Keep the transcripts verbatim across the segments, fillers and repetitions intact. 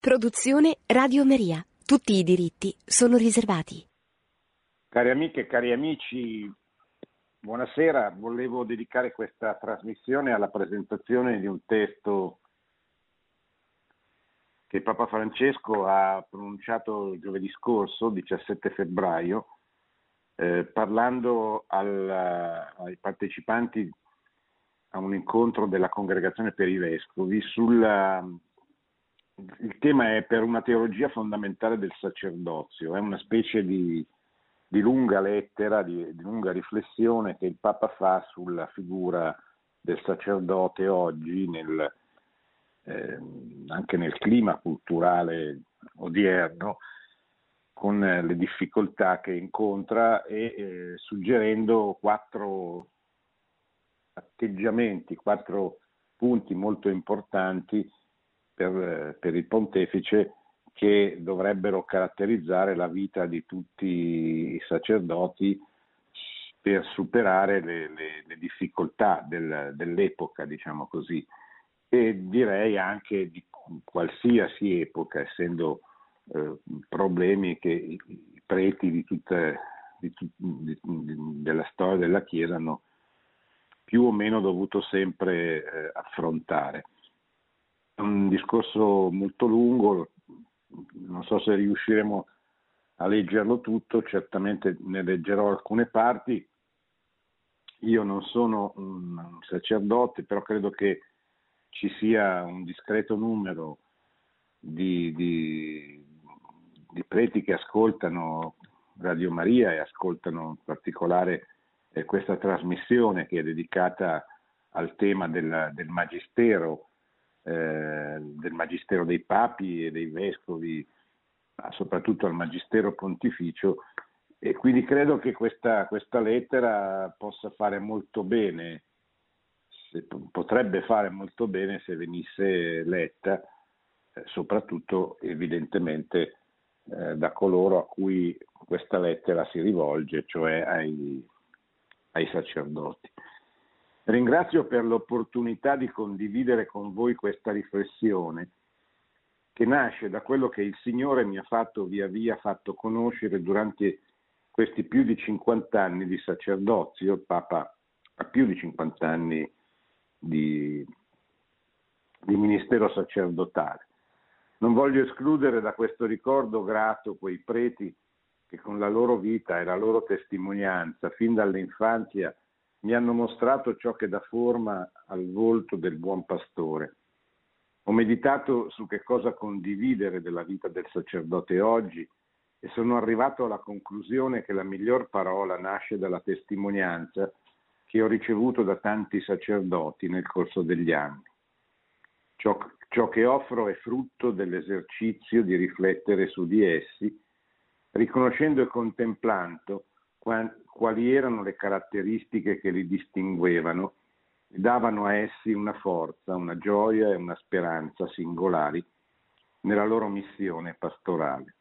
Produzione Radio Maria. Tutti i diritti sono riservati. Cari amiche e cari amici, buonasera. Volevo dedicare questa trasmissione alla presentazione di un testo che Papa Francesco ha pronunciato giovedì scorso, diciassette febbraio, eh, parlando al, ai partecipanti a un incontro della Congregazione per i Vescovi sul... Il tema è per una teologia fondamentale del sacerdozio, è una specie di, di lunga lettera, di, di lunga riflessione che il Papa fa sulla figura del sacerdote oggi, nel, eh, anche nel clima culturale odierno, con le difficoltà che incontra e eh, suggerendo quattro atteggiamenti, quattro punti molto importanti Per, per il pontefice che dovrebbero caratterizzare la vita di tutti i sacerdoti per superare le, le, le difficoltà del, dell'epoca, diciamo così, e direi anche di qualsiasi epoca, essendo eh, problemi che i, i preti di tutte, di, di, di, della storia della Chiesa hanno più o meno dovuto sempre eh, affrontare. Un discorso molto lungo, non so se riusciremo a leggerlo tutto, certamente ne leggerò alcune parti. Io non sono un sacerdote, però credo che ci sia un discreto numero di, di, di preti che ascoltano Radio Maria e ascoltano in particolare eh, questa trasmissione che è dedicata al tema del, del magistero, Eh, del magistero dei papi e dei vescovi, ma soprattutto al magistero pontificio, e quindi credo che questa, questa lettera possa fare molto bene, se, potrebbe fare molto bene se venisse letta, eh, soprattutto evidentemente eh, da coloro a cui questa lettera si rivolge, cioè ai, ai sacerdoti. Ringrazio per l'opportunità di condividere con voi questa riflessione che nasce da quello che il Signore mi ha fatto via via fatto conoscere durante questi più di cinquanta anni di sacerdozio. Il Papa ha più di cinquanta anni di, di ministero sacerdotale. Non voglio escludere da questo ricordo grato quei preti che con la loro vita e la loro testimonianza fin dall'infanzia mi hanno mostrato ciò che dà forma al volto del buon pastore. Ho meditato su che cosa condividere della vita del sacerdote oggi e sono arrivato alla conclusione che la miglior parola nasce dalla testimonianza che ho ricevuto da tanti sacerdoti nel corso degli anni. Ciò, ciò che offro è frutto dell'esercizio di riflettere su di essi, riconoscendo e contemplando quali erano le caratteristiche che li distinguevano e davano a essi una forza, una gioia e una speranza singolari nella loro missione pastorale.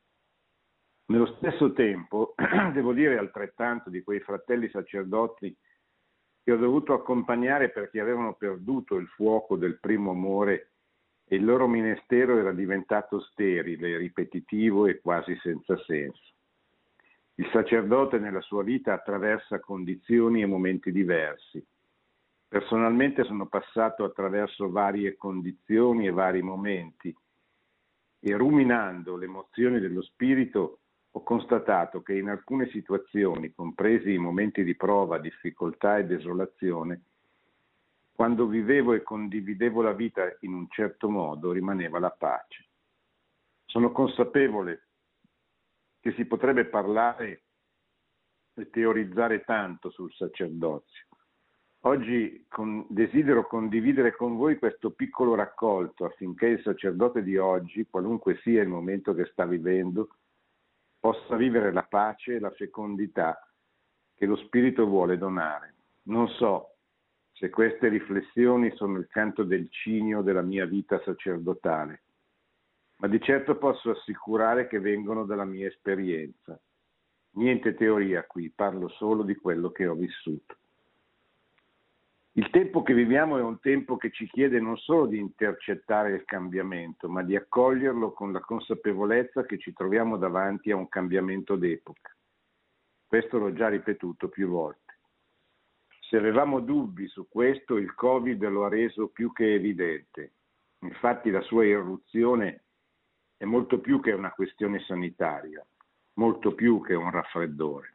Nello stesso tempo, devo dire altrettanto di quei fratelli sacerdoti che ho dovuto accompagnare perché avevano perduto il fuoco del primo amore e il loro ministero era diventato sterile, ripetitivo e quasi senza senso. Il sacerdote nella sua vita attraversa condizioni e momenti diversi. Personalmente sono passato attraverso varie condizioni e vari momenti e ruminando le emozioni dello spirito ho constatato che in alcune situazioni, compresi i momenti di prova, difficoltà e desolazione, quando vivevo e condividevo la vita in un certo modo rimaneva la pace. Sono consapevole che si potrebbe parlare e teorizzare tanto sul sacerdozio. Oggi con, desidero condividere con voi questo piccolo raccolto affinché il sacerdote di oggi, qualunque sia il momento che sta vivendo, possa vivere la pace e la fecondità che lo Spirito vuole donare. Non so se queste riflessioni sono il canto del cigno della mia vita sacerdotale, ma di certo posso assicurare che vengono dalla mia esperienza. Niente teoria qui, parlo solo di quello che ho vissuto. Il tempo che viviamo è un tempo che ci chiede non solo di intercettare il cambiamento, ma di accoglierlo con la consapevolezza che ci troviamo davanti a un cambiamento d'epoca. Questo l'ho già ripetuto più volte. Se avevamo dubbi su questo, il Covid lo ha reso più che evidente. Infatti la sua irruzione è molto più che una questione sanitaria, molto più che un raffreddore.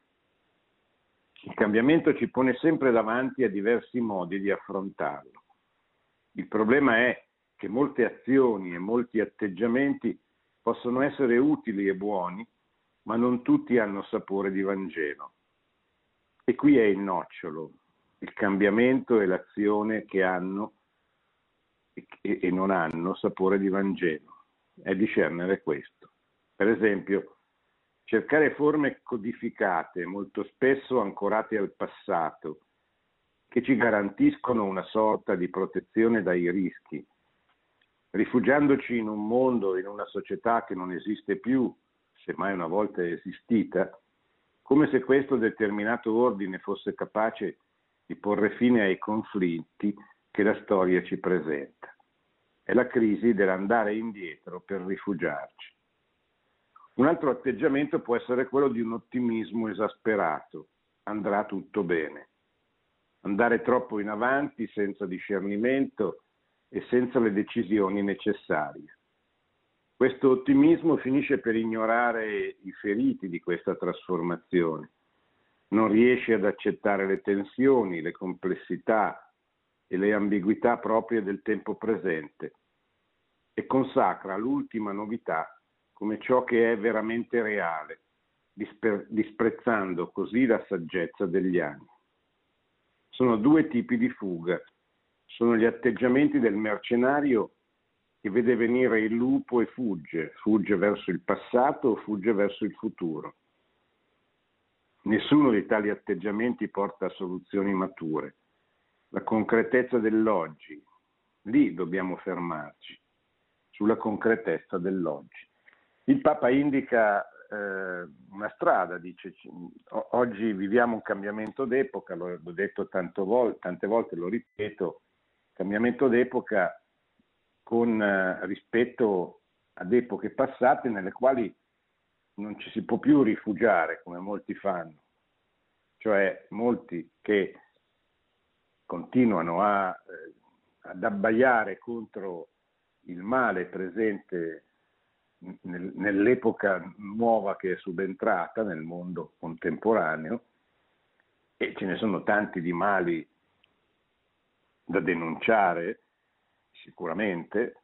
Il cambiamento ci pone sempre davanti a diversi modi di affrontarlo. Il problema è che molte azioni e molti atteggiamenti possono essere utili e buoni, ma non tutti hanno sapore di Vangelo. E qui è il nocciolo, il cambiamento e l'azione che hanno e, e non hanno sapore di Vangelo. È discernere questo. Per esempio, cercare forme codificate, molto spesso ancorate al passato, che ci garantiscono una sorta di protezione dai rischi, rifugiandoci in un mondo, in una società che non esiste più, se mai una volta è esistita, come se questo determinato ordine fosse capace di porre fine ai conflitti che la storia ci presenta. È la crisi dell'andare indietro per rifugiarci. Un altro atteggiamento può essere quello di un ottimismo esasperato. Andrà tutto bene. Andare troppo in avanti senza discernimento e senza le decisioni necessarie. Questo ottimismo finisce per ignorare i feriti di questa trasformazione. Non riesce ad accettare le tensioni, le complessità e le ambiguità proprie del tempo presente e consacra l'ultima novità come ciò che è veramente reale, disper- disprezzando così la saggezza degli anni. Sono due tipi di fuga. Sono gli atteggiamenti del mercenario che vede venire il lupo e fugge, fugge verso il passato o fugge verso il futuro. Nessuno di tali atteggiamenti porta a soluzioni mature. La concretezza dell'oggi, lì dobbiamo fermarci, sulla concretezza dell'oggi. Il Papa indica eh, una strada, dice oggi viviamo un cambiamento d'epoca, l'ho detto tante volte, tante volte lo ripeto, cambiamento d'epoca con eh, rispetto ad epoche passate nelle quali non ci si può più rifugiare come molti fanno, cioè molti che continuano a, eh, ad abbaiare contro il male presente nell'epoca nuova che è subentrata nel mondo contemporaneo, e ce ne sono tanti di mali da denunciare sicuramente,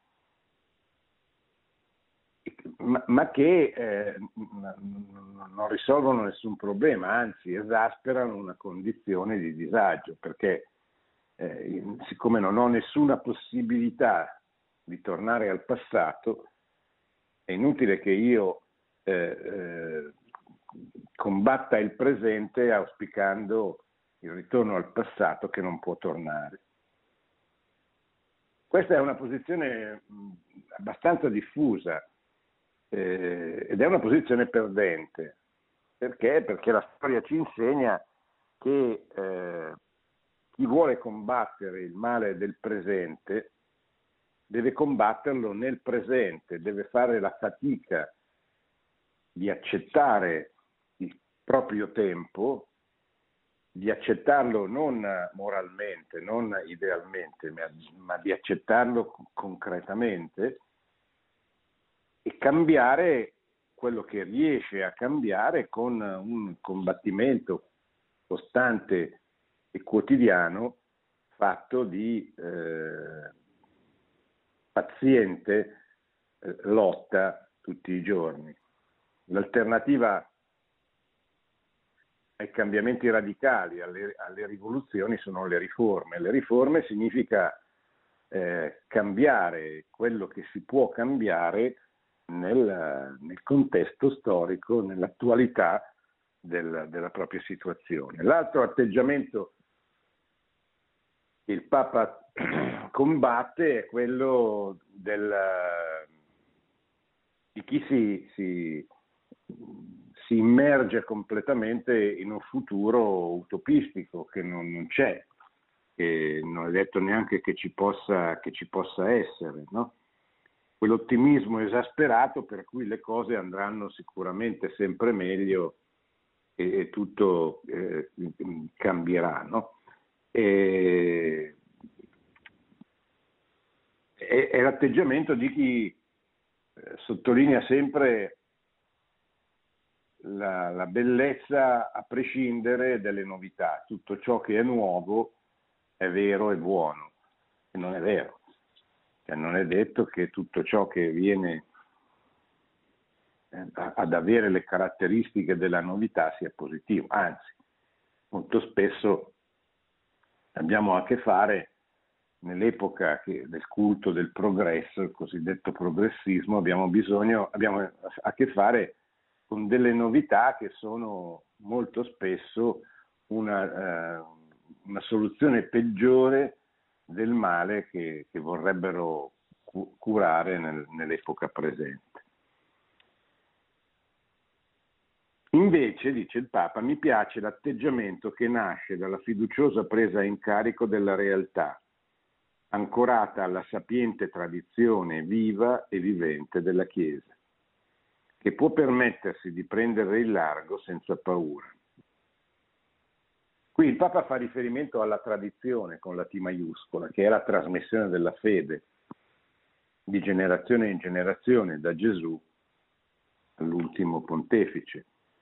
ma, ma che eh, non risolvono nessun problema, anzi esasperano una condizione di disagio, perché eh, siccome non ho nessuna possibilità di tornare al passato, è inutile che io eh, eh, combatta il presente auspicando il ritorno al passato che non può tornare. Questa è una posizione mh, abbastanza diffusa eh, ed è una posizione perdente. Perché? Perché la storia ci insegna che eh, chi vuole combattere il male del presente deve combatterlo nel presente, deve fare la fatica di accettare il proprio tempo, di accettarlo non moralmente, non idealmente, ma, ma di accettarlo concretamente e cambiare quello che riesce a cambiare con un combattimento costante e quotidiano fatto di eh, paziente eh, lotta tutti i giorni. L'alternativa ai cambiamenti radicali, alle, alle rivoluzioni sono le riforme. Le riforme significa eh, cambiare quello che si può cambiare nel, nel contesto storico, nell'attualità del, della propria situazione. L'altro atteggiamento che il Papa combatte è quello del, di chi si, si, si immerge completamente in un futuro utopistico che non, non c'è, che non è detto neanche che ci possa, che ci possa essere, no? Quell'ottimismo esasperato per cui le cose andranno sicuramente sempre meglio e, e tutto eh, cambierà, no? E, è, è l'atteggiamento di chi eh, sottolinea sempre la, la bellezza a prescindere dalle novità. Tutto ciò che è nuovo è vero e buono, e non è vero. Cioè, non è detto che tutto ciò che viene eh, ad avere le caratteristiche della novità sia positivo, anzi, molto spesso abbiamo a che fare, nell'epoca che, del culto del progresso, il cosiddetto progressismo, abbiamo bisogno, abbiamo a che fare con delle novità che sono molto spesso una, eh, una soluzione peggiore del male che, che vorrebbero cu- curare nel, nell'epoca presente. Invece, dice il Papa, mi piace l'atteggiamento che nasce dalla fiduciosa presa in carico della realtà, ancorata alla sapiente tradizione viva e vivente della Chiesa, che può permettersi di prendere il largo senza paura. Qui il Papa fa riferimento alla tradizione con la T maiuscola, che è la trasmissione della fede di generazione in generazione da Gesù all'ultimo pontefice.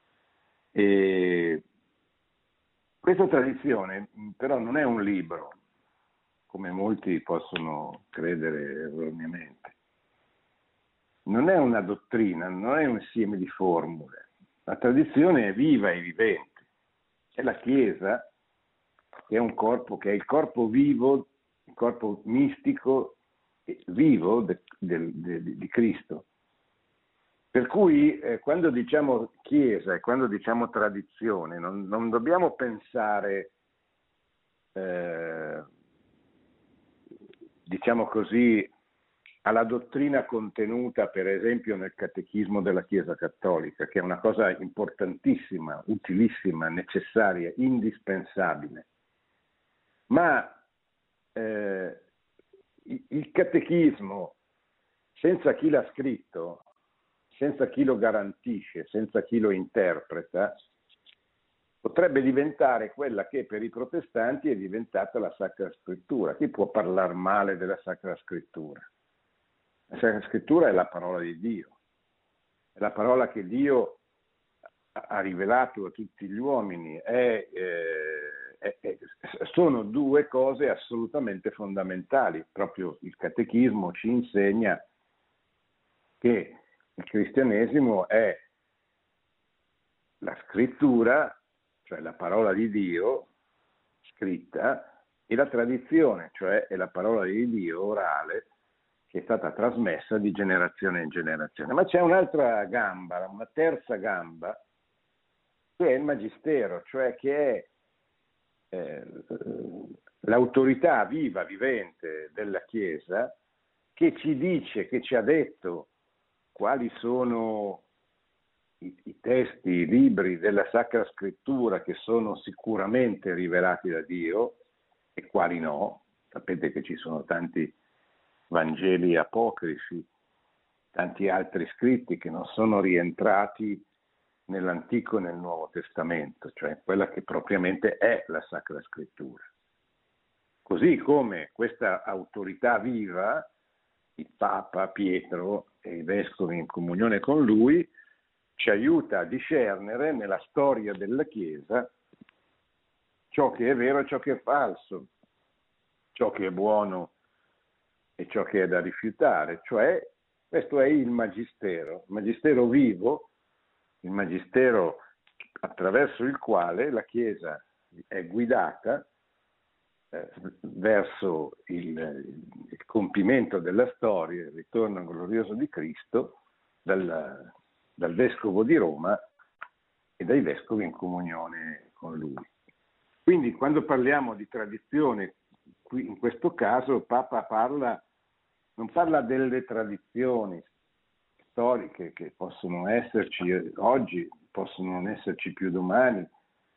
E questa tradizione però non è un libro, come molti possono credere erroneamente. Non è una dottrina, non è un insieme di formule. La tradizione è viva e vivente. È la Chiesa, che è un corpo, che è il corpo vivo, il corpo mistico vivo de, de, de, de, di Cristo. Per cui eh, quando diciamo Chiesa e quando diciamo tradizione, non, non dobbiamo pensare, eh, diciamo così, alla dottrina contenuta per esempio nel Catechismo della Chiesa Cattolica, che è una cosa importantissima, utilissima, necessaria, indispensabile. Ma eh, il Catechismo, senza chi l'ha scritto, senza chi lo garantisce, senza chi lo interpreta, potrebbe diventare quella che per i protestanti è diventata la Sacra Scrittura. Chi può parlare male della Sacra Scrittura? La Sacra Scrittura è la parola di Dio, è la parola che Dio ha rivelato a tutti gli uomini, è, eh, è, è, sono due cose assolutamente fondamentali. Proprio il Catechismo ci insegna che il cristianesimo è la scrittura, cioè la parola di Dio scritta, e la tradizione, cioè è la parola di Dio orale, che è stata trasmessa di generazione in generazione. Ma c'è un'altra gamba, una terza gamba, che è il Magistero, cioè che è eh, l'autorità viva, vivente della Chiesa, che ci dice, che ci ha detto quali sono i, i testi, i libri della Sacra Scrittura che sono sicuramente rivelati da Dio e quali no. Sapete che ci sono tanti Vangeli apocrifi, tanti altri scritti che non sono rientrati nell'Antico e nel Nuovo Testamento, cioè quella che propriamente è la Sacra Scrittura. Così come questa autorità viva, il Papa, Pietro e i vescovi in comunione con lui, ci aiuta a discernere nella storia della Chiesa ciò che è vero e ciò che è falso, ciò che è buono e ciò che è da rifiutare, cioè questo è il Magistero, il Magistero vivo, il Magistero attraverso il quale la Chiesa è guidata eh, verso il, il compimento della storia, il ritorno glorioso di Cristo, dal, dal Vescovo di Roma e dai Vescovi in comunione con lui. Quindi quando parliamo di tradizione, qui in questo caso il Papa parla, non parla delle tradizioni storiche che possono esserci oggi, possono non esserci più domani,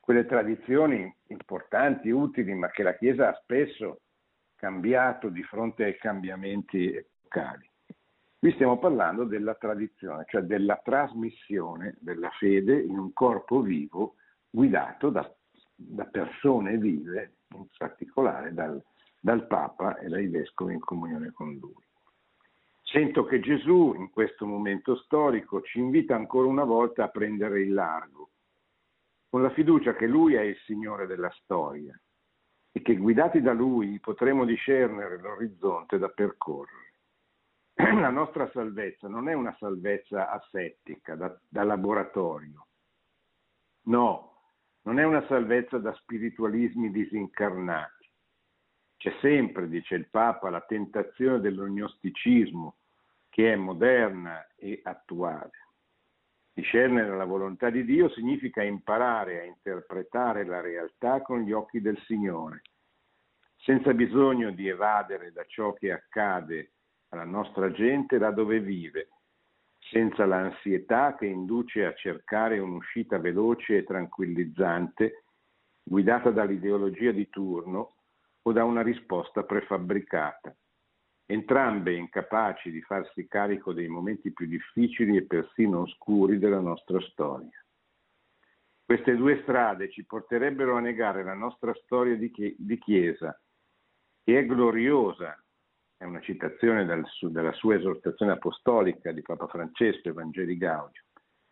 quelle tradizioni importanti, utili, ma che la Chiesa ha spesso cambiato di fronte ai cambiamenti epocali. Qui stiamo parlando della tradizione, cioè della trasmissione della fede in un corpo vivo guidato da, da persone vive, in particolare dal, dal Papa e dai Vescovi in comunione con Lui. Sento che Gesù in questo momento storico ci invita ancora una volta a prendere il largo, con la fiducia che Lui è il Signore della storia e che guidati da Lui potremo discernere l'orizzonte da percorrere. La nostra salvezza non è una salvezza asettica, da, da laboratorio. No, non è una salvezza da spiritualismi disincarnati. C'è sempre, dice il Papa, la tentazione dell'ognosticismo, che è moderna e attuale. Discernere la volontà di Dio significa imparare a interpretare la realtà con gli occhi del Signore, senza bisogno di evadere da ciò che accade alla nostra gente là dove vive, senza l'ansietà che induce a cercare un'uscita veloce e tranquillizzante, guidata dall'ideologia di turno o da una risposta prefabbricata, entrambe incapaci di farsi carico dei momenti più difficili e persino oscuri della nostra storia. Queste due strade ci porterebbero a negare la nostra storia di, chi- di Chiesa, che è gloriosa. È una citazione dal su, della sua esortazione apostolica di Papa Francesco, Evangelii Gaudium.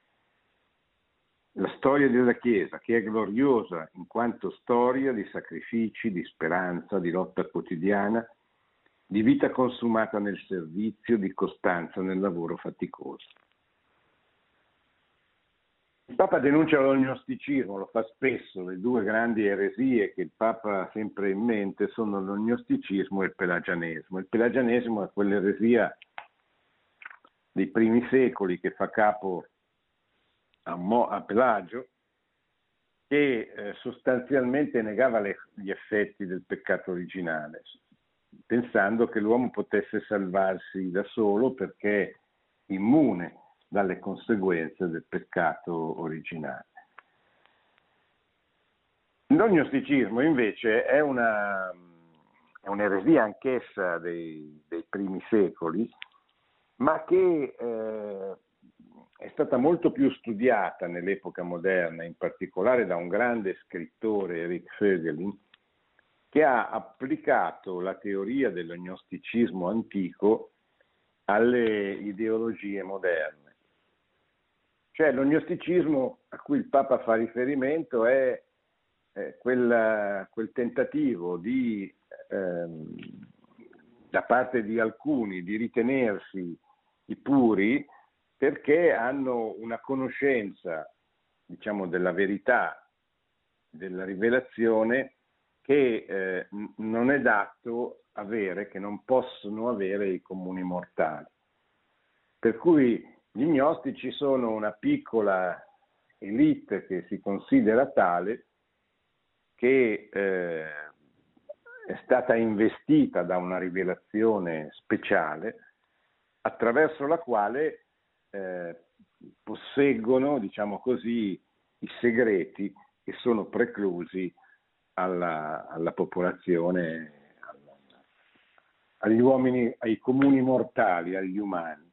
La storia della Chiesa, che è gloriosa in quanto storia di sacrifici, di speranza, di lotta quotidiana, di vita consumata nel servizio, di costanza nel lavoro faticoso. Il Papa denuncia l'ognosticismo, lo fa spesso. Le due grandi eresie che il Papa ha sempre in mente sono l'ognosticismo e il pelagianesimo. Il pelagianesimo è quell'eresia dei primi secoli che fa capo a, Mo, a Pelagio, che eh, sostanzialmente negava le, gli effetti del peccato originale, pensando che l'uomo potesse salvarsi da solo perché è immune dalle conseguenze del peccato originale. L'ognosticismo invece è, una, è un'eresia anch'essa dei, dei primi secoli, ma che eh, è stata molto più studiata nell'epoca moderna, in particolare da un grande scrittore, Eric Voegelin, che ha applicato la teoria dell'ognosticismo antico alle ideologie moderne. Cioè l'ognosticismo a cui il Papa fa riferimento è eh, quel, quel tentativo di, ehm, da parte di alcuni di ritenersi i puri perché hanno una conoscenza, diciamo, della verità, della rivelazione che eh, non è dato avere, che non possono avere i comuni mortali. Per cui gli gnostici sono una piccola elite che si considera tale, che eh, è stata investita da una rivelazione speciale attraverso la quale eh, posseggono, diciamo così, i segreti che sono preclusi alla, alla popolazione, alla, agli uomini, ai comuni mortali, agli umani.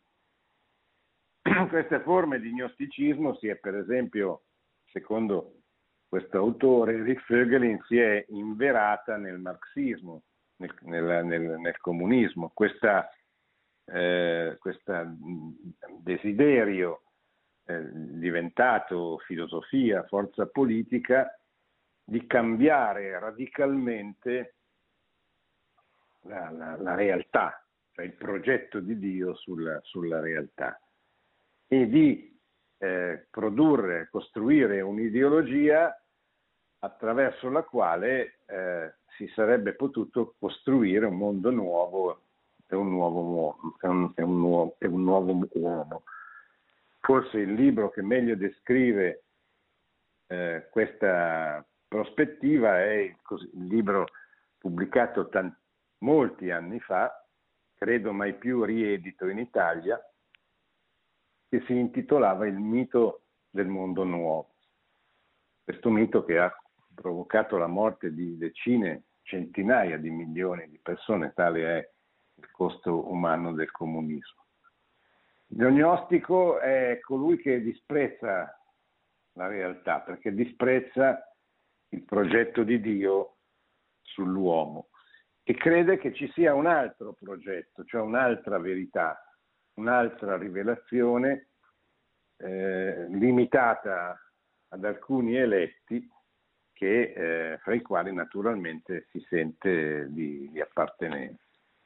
Queste forme di gnosticismo si è, per esempio, secondo questo autore, Eric Voegelin, si è inverata nel marxismo, nel, nel, nel, nel comunismo. Questa, eh, questa desiderio eh, diventato filosofia, forza politica, di cambiare radicalmente la, la, la realtà, cioè il progetto di Dio sulla, sulla realtà, e di eh, produrre, costruire un'ideologia attraverso la quale eh, si sarebbe potuto costruire un mondo nuovo e un nuovo uomo, e un, e un nuovo, e un nuovo uomo. Forse il libro che meglio descrive eh, questa prospettiva è il, così, il libro pubblicato tanti, molti anni fa, credo mai più riedito in Italia, che si intitolava Il mito del mondo nuovo. questo mito che ha provocato la morte di decine, centinaia di milioni di persone, tale è il costo umano del comunismo. Il gnostico è colui che disprezza la realtà, perché disprezza il progetto di Dio sull'uomo e crede che ci sia un altro progetto, cioè un'altra verità, un'altra rivelazione eh, limitata ad alcuni eletti che, eh, fra i quali naturalmente si sente di, di appartenere.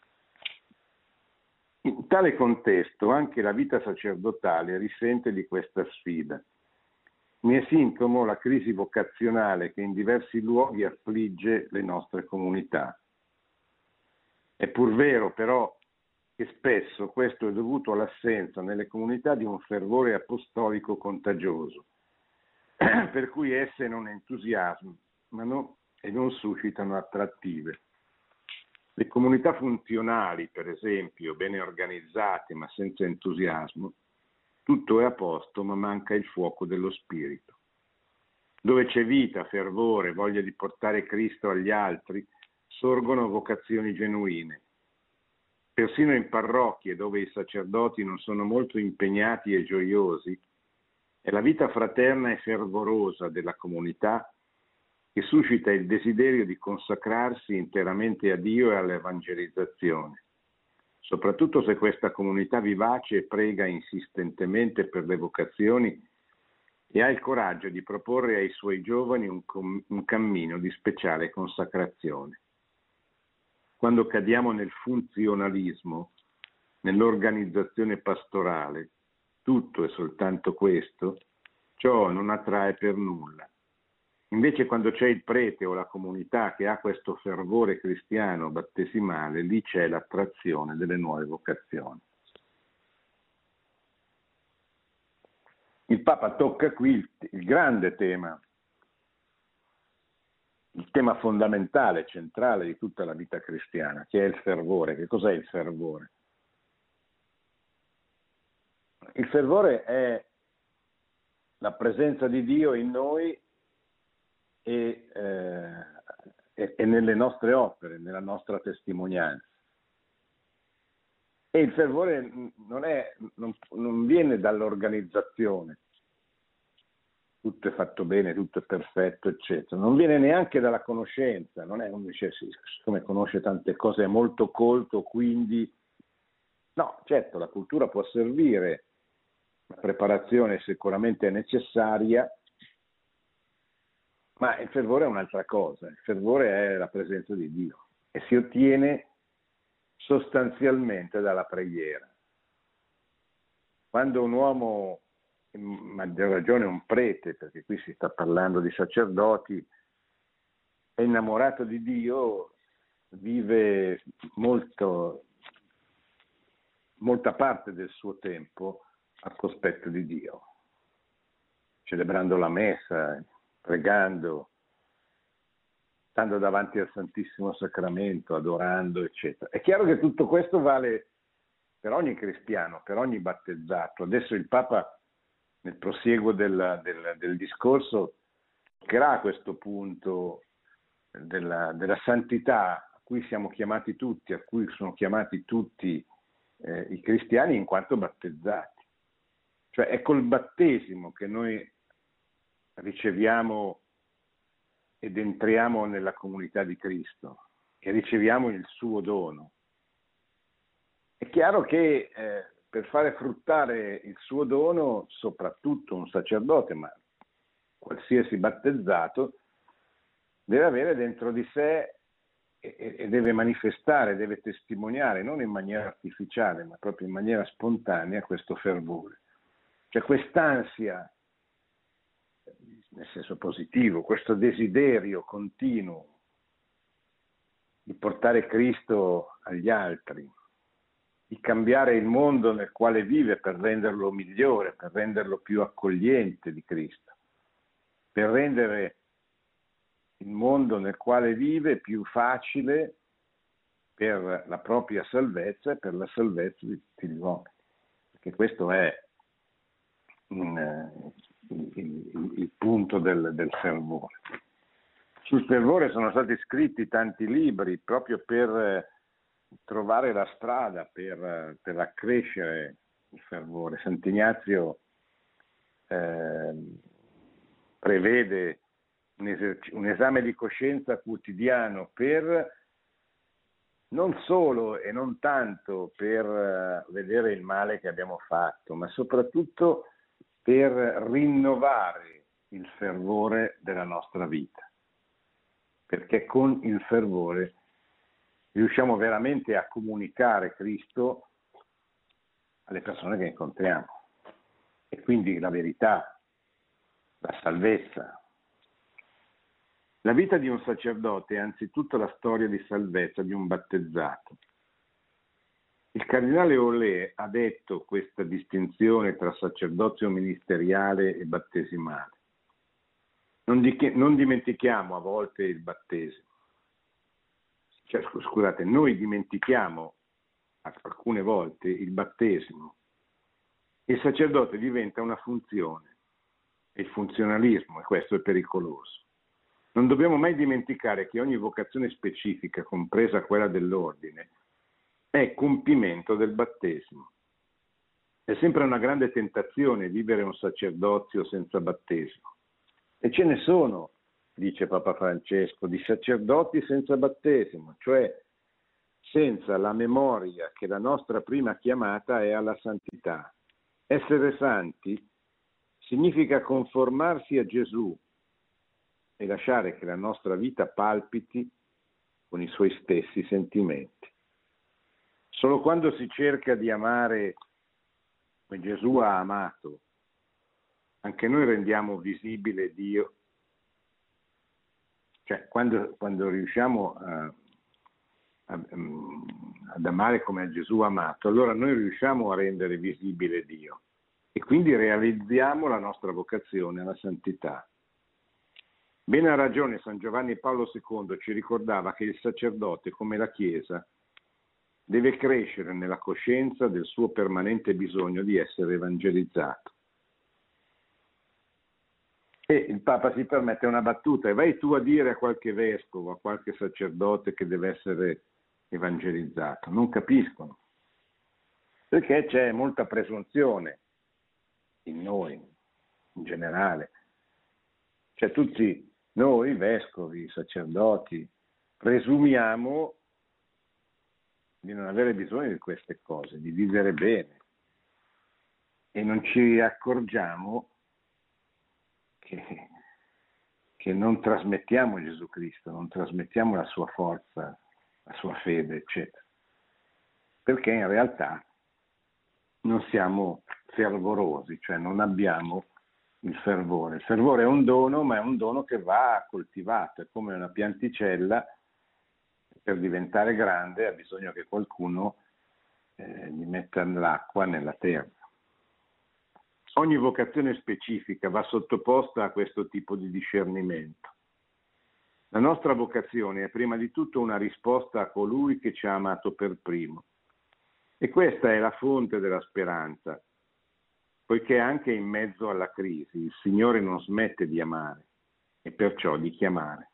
In tale contesto anche la vita sacerdotale risente di questa sfida. Ne è sintomo la crisi vocazionale che in diversi luoghi affligge le nostre comunità. È pur vero però che spesso questo è dovuto all'assenza nelle comunità di un fervore apostolico contagioso, per cui esse non entusiasmano e non suscitano attrattive. Le comunità funzionali, per esempio, bene organizzate ma senza entusiasmo, tutto è a posto ma manca il fuoco dello spirito. Dove c'è vita, fervore, voglia di portare Cristo agli altri, sorgono vocazioni genuine. Persino in parrocchie dove i sacerdoti non sono molto impegnati e gioiosi, è la vita fraterna e fervorosa della comunità che suscita il desiderio di consacrarsi interamente a Dio e all'evangelizzazione, soprattutto se questa comunità vivace prega insistentemente per le vocazioni e ha il coraggio di proporre ai suoi giovani un, com- un cammino di speciale consacrazione. Quando cadiamo nel funzionalismo, nell'organizzazione pastorale, tutto e soltanto questo, ciò non attrae per nulla. Invece quando c'è il prete o la comunità che ha questo fervore cristiano battesimale, lì c'è l'attrazione delle nuove vocazioni. Il Papa tocca qui il, il grande tema, il tema fondamentale, centrale di tutta la vita cristiana, che è il fervore. Che cos'è il fervore? Il fervore è la presenza di Dio in noi e, eh, e, e nelle nostre opere, nella nostra testimonianza. E il fervore non, è, non, non viene dall'organizzazione, tutto è fatto bene, tutto è perfetto, eccetera. Non viene neanche dalla conoscenza, non è uno dice, sì, siccome conosce tante cose è molto colto, quindi... No, certo, la cultura può servire, la preparazione sicuramente è necessaria, ma il fervore è un'altra cosa, il fervore è la presenza di Dio e si ottiene sostanzialmente dalla preghiera. Quando un uomo, in maggior ragione un prete, perché qui si sta parlando di sacerdoti, è innamorato di Dio, vive molto, molta parte del suo tempo al cospetto di Dio, celebrando la messa, pregando, stando davanti al Santissimo Sacramento, adorando, eccetera. È chiaro che tutto questo vale per ogni cristiano, per ogni battezzato. Adesso il Papa, nel prosieguo del, del, del discorso, toccherà questo punto della, della santità a cui siamo chiamati tutti, a cui sono chiamati tutti eh, i cristiani in quanto battezzati. Cioè è col battesimo che noi riceviamo ed entriamo nella comunità di Cristo e riceviamo il suo dono. È chiaro che eh, per fare fruttare il suo dono, soprattutto un sacerdote, ma qualsiasi battezzato, deve avere dentro di sé e, e deve manifestare, deve testimoniare, non in maniera artificiale, ma proprio in maniera spontanea, questo fervore. Cioè quest'ansia, nel senso positivo, questo desiderio continuo di portare Cristo agli altri, di cambiare il mondo nel quale vive per renderlo migliore, per renderlo più accogliente di Cristo, per rendere il mondo nel quale vive più facile per la propria salvezza e per la salvezza di tutti gli uomini. Perché questo è in, il, il, il punto del, del fervore. Sul fervore sono stati scritti tanti libri proprio per trovare la strada, per, per accrescere il fervore. Sant'Ignazio eh, prevede un, eserc- un esame di coscienza quotidiano per non solo e non tanto per uh, vedere il male che abbiamo fatto, ma soprattutto per rinnovare il fervore della nostra vita, perché con il fervore riusciamo veramente a comunicare Cristo alle persone che incontriamo, e quindi la verità, la salvezza. La vita di un sacerdote è anzitutto la storia di salvezza di un battezzato. Il cardinale Olé ha detto questa distinzione tra sacerdozio ministeriale e battesimale. Non, di- non dimentichiamo a volte il battesimo. Cioè, scusate, noi dimentichiamo alcune volte il battesimo. Il sacerdote diventa una funzione, il funzionalismo, e questo è pericoloso. Non dobbiamo mai dimenticare che ogni vocazione specifica, compresa quella dell'ordine, è compimento del battesimo. È sempre una grande tentazione vivere un sacerdozio senza battesimo. E ce ne sono, dice Papa Francesco, di sacerdoti senza battesimo, cioè senza la memoria che la nostra prima chiamata è alla santità. Essere santi significa conformarsi a Gesù e lasciare che la nostra vita palpiti con i suoi stessi sentimenti. Solo quando si cerca di amare come Gesù ha amato, anche noi rendiamo visibile Dio. Cioè, quando, quando riusciamo a, a, ad amare come Gesù ha amato, allora noi riusciamo a rendere visibile Dio e quindi realizziamo la nostra vocazione alla santità. Bene ha ragione San Giovanni Paolo secondo, ci ricordava che il sacerdote, come la Chiesa, deve crescere nella coscienza del suo permanente bisogno di essere evangelizzato. E il Papa si permette una battuta: e vai tu a dire a qualche vescovo, a qualche sacerdote che deve essere evangelizzato. Non capiscono, perché c'è molta presunzione in noi, in generale. Cioè tutti noi, vescovi, sacerdoti, presumiamo di non avere bisogno di queste cose, di vivere bene, e non ci accorgiamo che, che non trasmettiamo Gesù Cristo, non trasmettiamo la sua forza, la sua fede, eccetera, perché in realtà non siamo fervorosi, cioè non abbiamo il fervore. Il fervore è un dono, ma è un dono che va coltivato, è come una pianticella. Per diventare grande ha bisogno che qualcuno eh, gli metta l'acqua nella terra. Ogni vocazione specifica va sottoposta a questo tipo di discernimento. La nostra vocazione è prima di tutto una risposta a colui che ci ha amato per primo. E questa è la fonte della speranza, poiché anche in mezzo alla crisi il Signore non smette di amare e perciò di chiamare.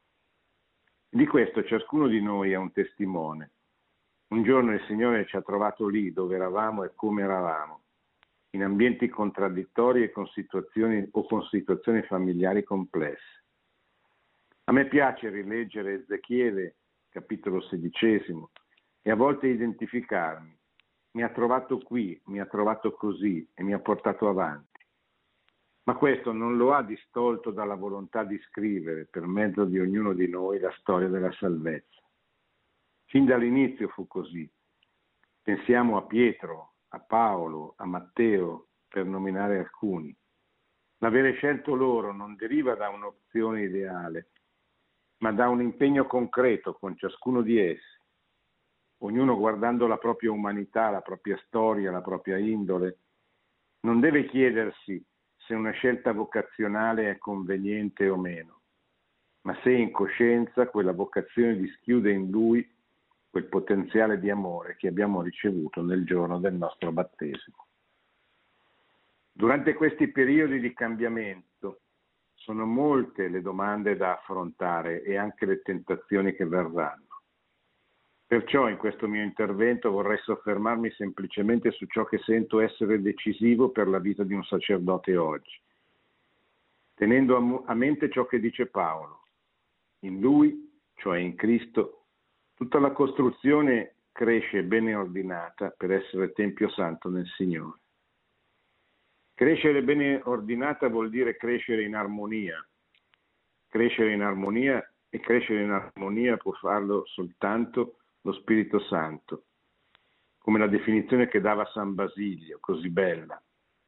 Di questo ciascuno di noi è un testimone. Un giorno il Signore ci ha trovato lì dove eravamo e come eravamo, in ambienti contraddittori e con situazioni o con situazioni familiari complesse. A me piace rileggere Ezechiele, capitolo sedicesimo, e a volte identificarmi. Mi ha trovato qui, mi ha trovato così e mi ha portato avanti. Ma questo non lo ha distolto dalla volontà di scrivere, per mezzo di ognuno di noi, la storia della salvezza. Fin dall'inizio fu così. Pensiamo a Pietro, a Paolo, a Matteo, per nominare alcuni. L'avere scelto loro non deriva da un'opzione ideale, ma da un impegno concreto con ciascuno di essi, ognuno guardando la propria umanità, la propria storia, la propria indole. Non deve chiedersi se una scelta vocazionale è conveniente o meno, ma se in coscienza quella vocazione dischiude in lui quel potenziale di amore che abbiamo ricevuto nel giorno del nostro battesimo. Durante questi periodi di cambiamento sono molte le domande da affrontare e anche le tentazioni che verranno. Perciò in questo mio intervento vorrei soffermarmi semplicemente su ciò che sento essere decisivo per la vita di un sacerdote oggi, tenendo a mente ciò che dice Paolo. In lui, cioè in Cristo, tutta la costruzione cresce bene ordinata per essere tempio santo nel Signore. Crescere bene ordinata vuol dire crescere in armonia. Crescere in armonia e crescere in armonia può farlo soltanto lo Spirito Santo, come la definizione che dava San Basilio, così bella.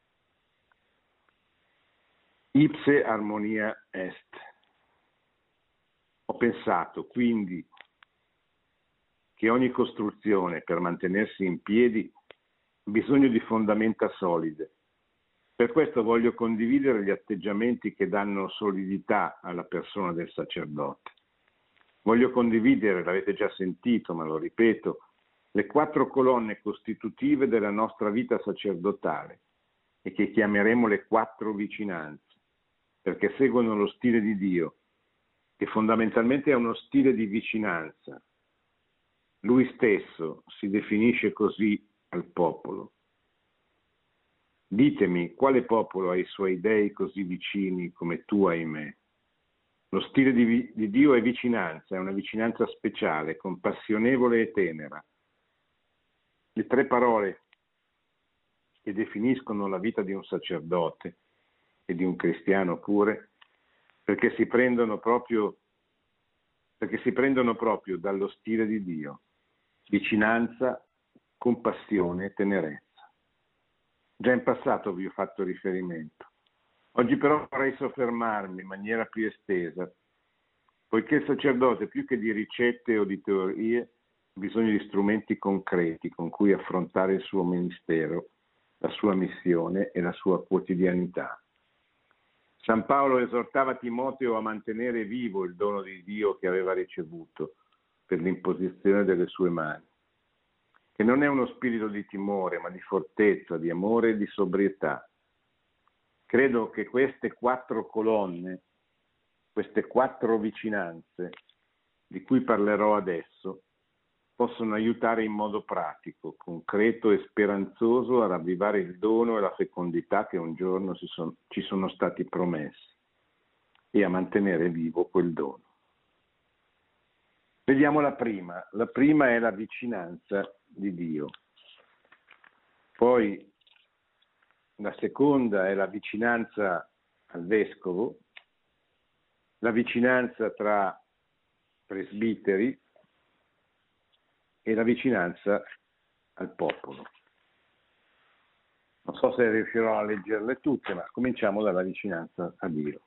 Ipse armonia est. Ho pensato quindi che ogni costruzione per mantenersi in piedi ha bisogno di fondamenta solide. Per questo voglio condividere gli atteggiamenti che danno solidità alla persona del sacerdote. Voglio condividere, l'avete già sentito, ma lo ripeto, le quattro colonne costitutive della nostra vita sacerdotale e che chiameremo le quattro vicinanze, perché seguono lo stile di Dio, che fondamentalmente è uno stile di vicinanza. Lui stesso si definisce così al popolo. Ditemi, quale popolo ha i suoi dei così vicini come tu hai me? Lo stile di, di Dio è vicinanza, è una vicinanza speciale, compassionevole e tenera. Le tre parole che definiscono la vita di un sacerdote e di un cristiano pure, perché si prendono proprio, perché si prendono proprio dallo stile di Dio. Vicinanza, compassione e tenerezza. Già in passato vi ho fatto riferimento. Oggi però vorrei soffermarmi in maniera più estesa, poiché il sacerdote, più che di ricette o di teorie, ha bisogno di strumenti concreti con cui affrontare il suo ministero, la sua missione e la sua quotidianità. San Paolo esortava Timoteo a mantenere vivo il dono di Dio che aveva ricevuto per l'imposizione delle sue mani, che non è uno spirito di timore, ma di fortezza, di amore e di sobrietà. Credo che queste quattro colonne, queste quattro vicinanze di cui parlerò adesso, possono aiutare in modo pratico, concreto e speranzoso a ravvivare il dono e la fecondità che un giorno ci sono, ci sono stati promessi e a mantenere vivo quel dono. Vediamo la prima. La prima è la vicinanza di Dio. Poi la seconda è la vicinanza al vescovo, la vicinanza tra presbiteri e la vicinanza al popolo. Non so se riuscirò a leggerle tutte, ma cominciamo dalla vicinanza a Dio.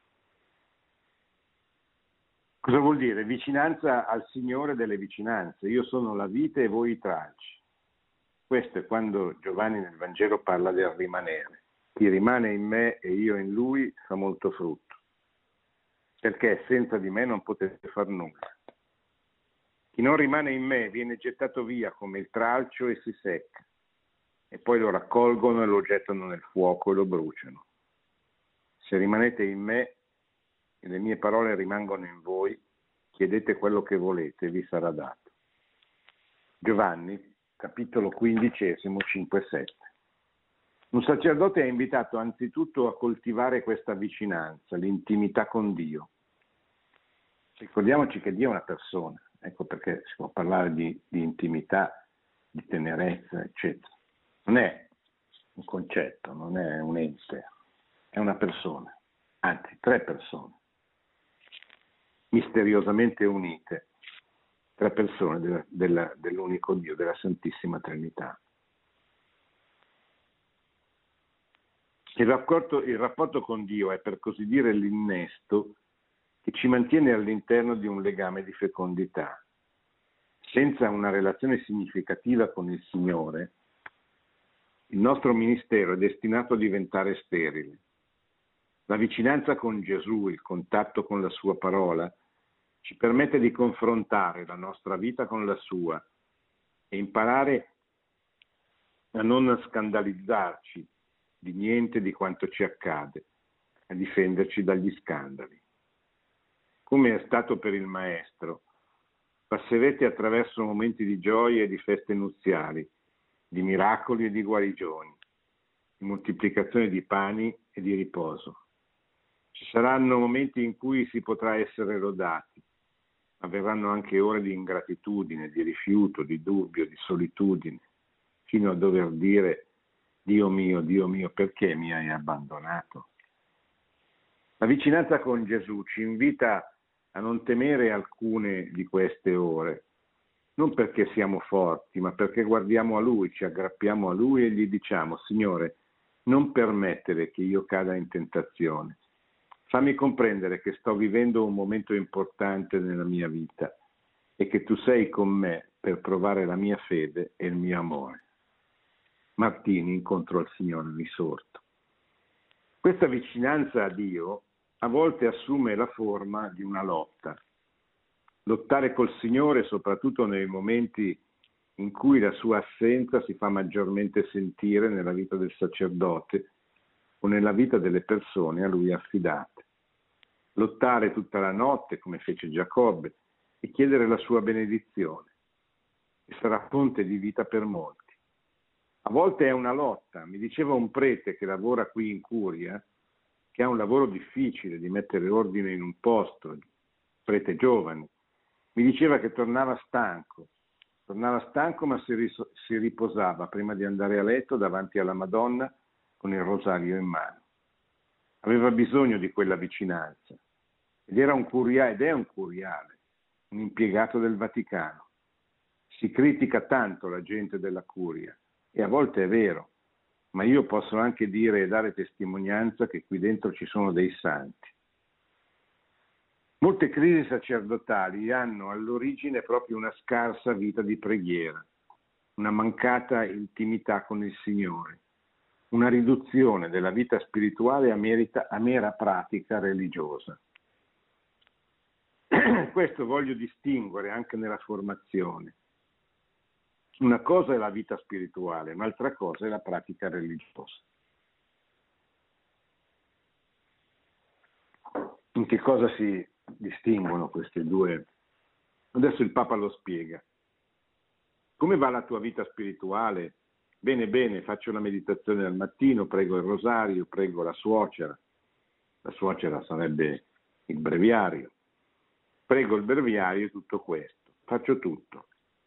Cosa vuol dire? Vicinanza al Signore delle vicinanze. Io sono la vite e voi i tralci. Questo è quando Giovanni nel Vangelo parla del rimanere. Chi rimane in me e io in lui fa molto frutto, perché senza di me non potete far nulla. Chi non rimane in me viene gettato via come il tralcio e si secca, e poi lo raccolgono e lo gettano nel fuoco e lo bruciano. Se rimanete in me e le mie parole rimangono in voi, chiedete quello che volete e vi sarà dato. Giovanni, capitolo quindicesimo, cinque sette. Un sacerdote è invitato anzitutto a coltivare questa vicinanza, l'intimità con Dio. Ricordiamoci che Dio è una persona, ecco perché si può parlare di, di intimità, di tenerezza, eccetera. Non è un concetto, non è un ente, è una persona, anzi tre persone, misteriosamente unite. Tre persone della, della, dell'unico Dio, della Santissima Trinità. Il rapporto, il rapporto con Dio è, per così dire, l'innesto che ci mantiene all'interno di un legame di fecondità. Senza una relazione significativa con il Signore, il nostro ministero è destinato a diventare sterile. La vicinanza con Gesù, il contatto con la sua parola, ci permette di confrontare la nostra vita con la sua e imparare a non scandalizzarci di niente di quanto ci accade, a difenderci dagli scandali. Come è stato per il Maestro, passerete attraverso momenti di gioia e di feste nuziali, di miracoli e di guarigioni, di moltiplicazione di pani e di riposo. Ci saranno momenti in cui si potrà essere lodati, ma verranno anche ore di ingratitudine, di rifiuto, di dubbio, di solitudine, fino a dover dire: Dio mio, Dio mio, perché mi hai abbandonato? La vicinanza con Gesù ci invita a non temere alcune di queste ore, non perché siamo forti, ma perché guardiamo a Lui, ci aggrappiamo a Lui e gli diciamo: Signore, non permettere che io cada in tentazione. Fammi comprendere che sto vivendo un momento importante nella mia vita e che tu sei con me per provare la mia fede e il mio amore. Martini incontrò il Signore risorto. Questa vicinanza a Dio a volte assume la forma di una lotta. Lottare col Signore, soprattutto nei momenti in cui la sua assenza si fa maggiormente sentire nella vita del sacerdote o nella vita delle persone a lui affidate. Lottare tutta la notte, come fece Giacobbe, e chiedere la sua benedizione, che sarà fonte di vita per molti. A volte è una lotta. Mi diceva un prete che lavora qui in Curia, che ha un lavoro difficile di mettere ordine in un posto, prete giovane, mi diceva che tornava stanco, tornava stanco ma si, ris- si riposava prima di andare a letto davanti alla Madonna con il rosario in mano. Aveva bisogno di quella vicinanza ed era un curia- ed è un curiale, un impiegato del Vaticano. Si critica tanto la gente della curia e a volte è vero, ma io posso anche dire e dare testimonianza che qui dentro ci sono dei santi. Molte crisi sacerdotali hanno all'origine proprio una scarsa vita di preghiera, una mancata intimità con il Signore, una riduzione della vita spirituale a, merita, a mera pratica religiosa. Questo voglio distinguere anche nella formazione. Una cosa è la vita spirituale, un'altra cosa è la pratica religiosa. In che cosa si distinguono queste due? Adesso il Papa lo spiega. Come va la tua vita spirituale? Bene, bene, faccio una meditazione al mattino, prego il rosario, prego la suocera. La suocera sarebbe il breviario. Prego il breviario e tutto questo. Faccio tutto.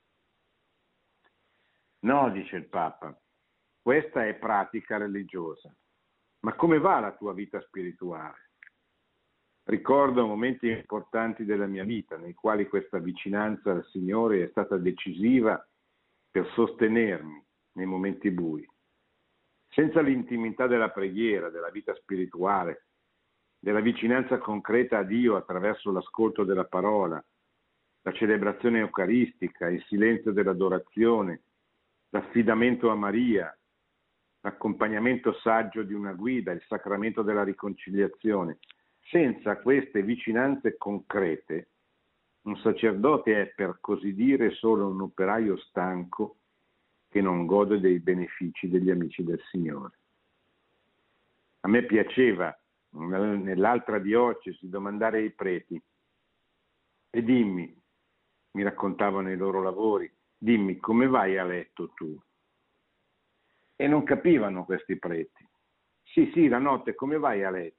No, dice il Papa, questa è pratica religiosa. Ma come va la tua vita spirituale? Ricordo momenti importanti della mia vita, nei quali questa vicinanza al Signore è stata decisiva per sostenermi nei momenti bui. Senza l'intimità della preghiera, della vita spirituale, della vicinanza concreta a Dio attraverso l'ascolto della parola, la celebrazione eucaristica, il silenzio dell'adorazione, l'affidamento a Maria, l'accompagnamento saggio di una guida, il sacramento della riconciliazione. Senza queste vicinanze concrete, un sacerdote è, per così dire, solo un operaio stanco che non gode dei benefici degli amici del Signore. A me piaceva, nell'altra diocesi, domandare ai preti: e dimmi, mi raccontavano i loro lavori, dimmi come vai a letto tu? E non capivano questi preti. Sì, sì, la notte come vai a letto?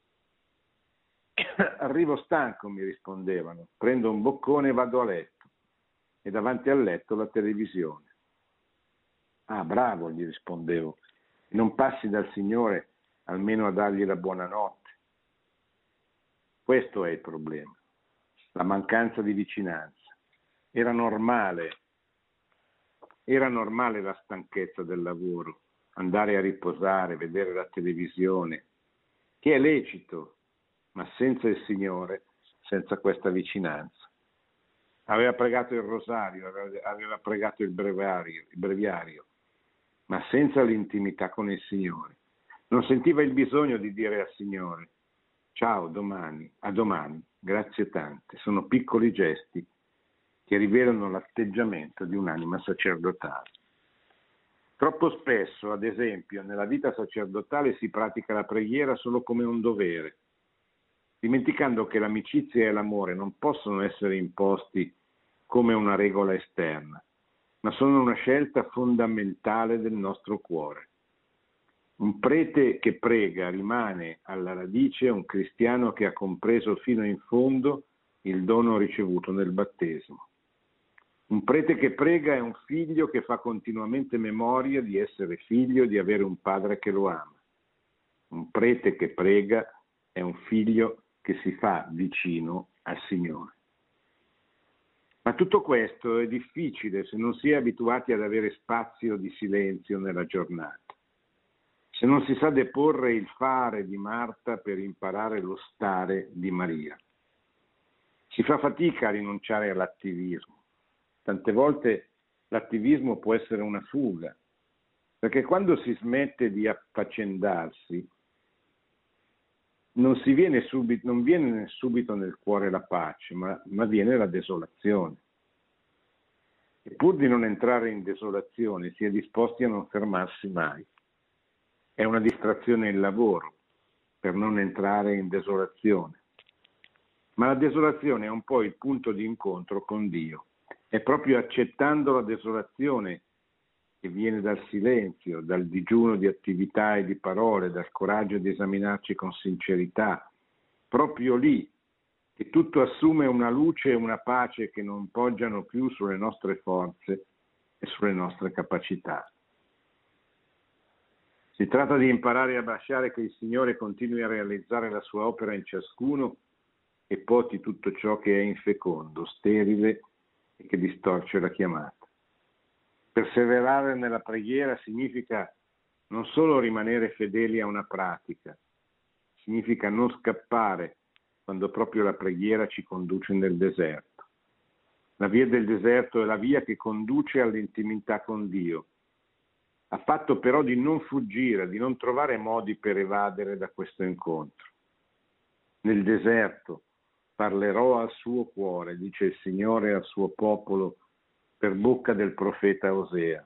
Arrivo stanco, mi rispondevano, prendo un boccone e vado a letto, e davanti al letto la televisione. Ah, bravo, gli rispondevo, non passi dal Signore almeno a dargli la buonanotte. Questo è il problema, la mancanza di vicinanza. Era normale, era normale la stanchezza del lavoro, andare a riposare, vedere la televisione, che è lecito, ma senza il Signore, senza questa vicinanza. Aveva pregato il rosario, aveva, aveva pregato il breviario, il breviario, ma senza l'intimità con il Signore. Non sentiva il bisogno di dire al Signore: ciao, domani, a domani, grazie tante. Sono piccoli gesti che rivelano l'atteggiamento di un'anima sacerdotale. Troppo spesso, ad esempio, nella vita sacerdotale si pratica la preghiera solo come un dovere, dimenticando che l'amicizia e l'amore non possono essere imposti come una regola esterna, ma sono una scelta fondamentale del nostro cuore. Un prete che prega rimane alla radice un cristiano che ha compreso fino in fondo il dono ricevuto nel battesimo. Un prete che prega è un figlio che fa continuamente memoria di essere figlio e di avere un padre che lo ama. Un prete che prega è un figlio che si fa vicino al Signore. Ma tutto questo è difficile se non si è abituati ad avere spazio di silenzio nella giornata, se non si sa deporre il fare di Marta per imparare lo stare di Maria. Si fa fatica a rinunciare all'attivismo. Tante volte l'attivismo può essere una fuga, perché quando si smette di affaccendarsi non, si viene, subito, non viene subito nel cuore la pace, ma, ma viene la desolazione. E pur di non entrare in desolazione si è disposti a non fermarsi mai. È una distrazione il lavoro per non entrare in desolazione. Ma la desolazione è un po' il punto di incontro con Dio. È proprio accettando la desolazione che viene dal silenzio, dal digiuno di attività e di parole, dal coraggio di esaminarci con sincerità, proprio lì che tutto assume una luce e una pace che non poggiano più sulle nostre forze e sulle nostre capacità. Si tratta di imparare a lasciare che il Signore continui a realizzare la sua opera in ciascuno e poti tutto ciò che è infecondo, sterile e che distorce la chiamata. Perseverare nella preghiera significa non solo rimanere fedeli a una pratica, significa non scappare quando proprio la preghiera ci conduce nel deserto. La via del deserto è la via che conduce all'intimità con Dio. A patto però di non fuggire, di non trovare modi per evadere da questo incontro. Nel deserto parlerò al suo cuore, dice il Signore al suo popolo per bocca del profeta Osea.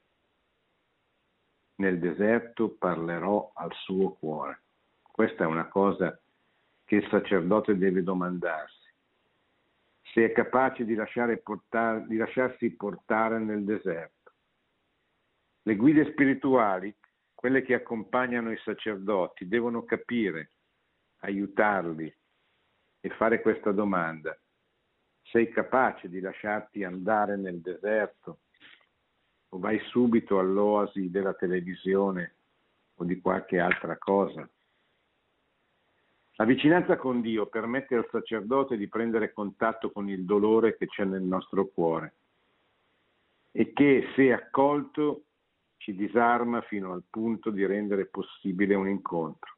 Nel deserto parlerò al suo cuore. Questa è una cosa che il sacerdote deve domandarsi. Se è capace di, lasciare portare, di lasciarsi portare nel deserto. Le guide spirituali, quelle che accompagnano i sacerdoti, devono capire, aiutarli e fare questa domanda. Sei capace di lasciarti andare nel deserto o vai subito all'oasi della televisione o di qualche altra cosa? La vicinanza con Dio permette al sacerdote di prendere contatto con il dolore che c'è nel nostro cuore e che, se accolto, ci disarma fino al punto di rendere possibile un incontro.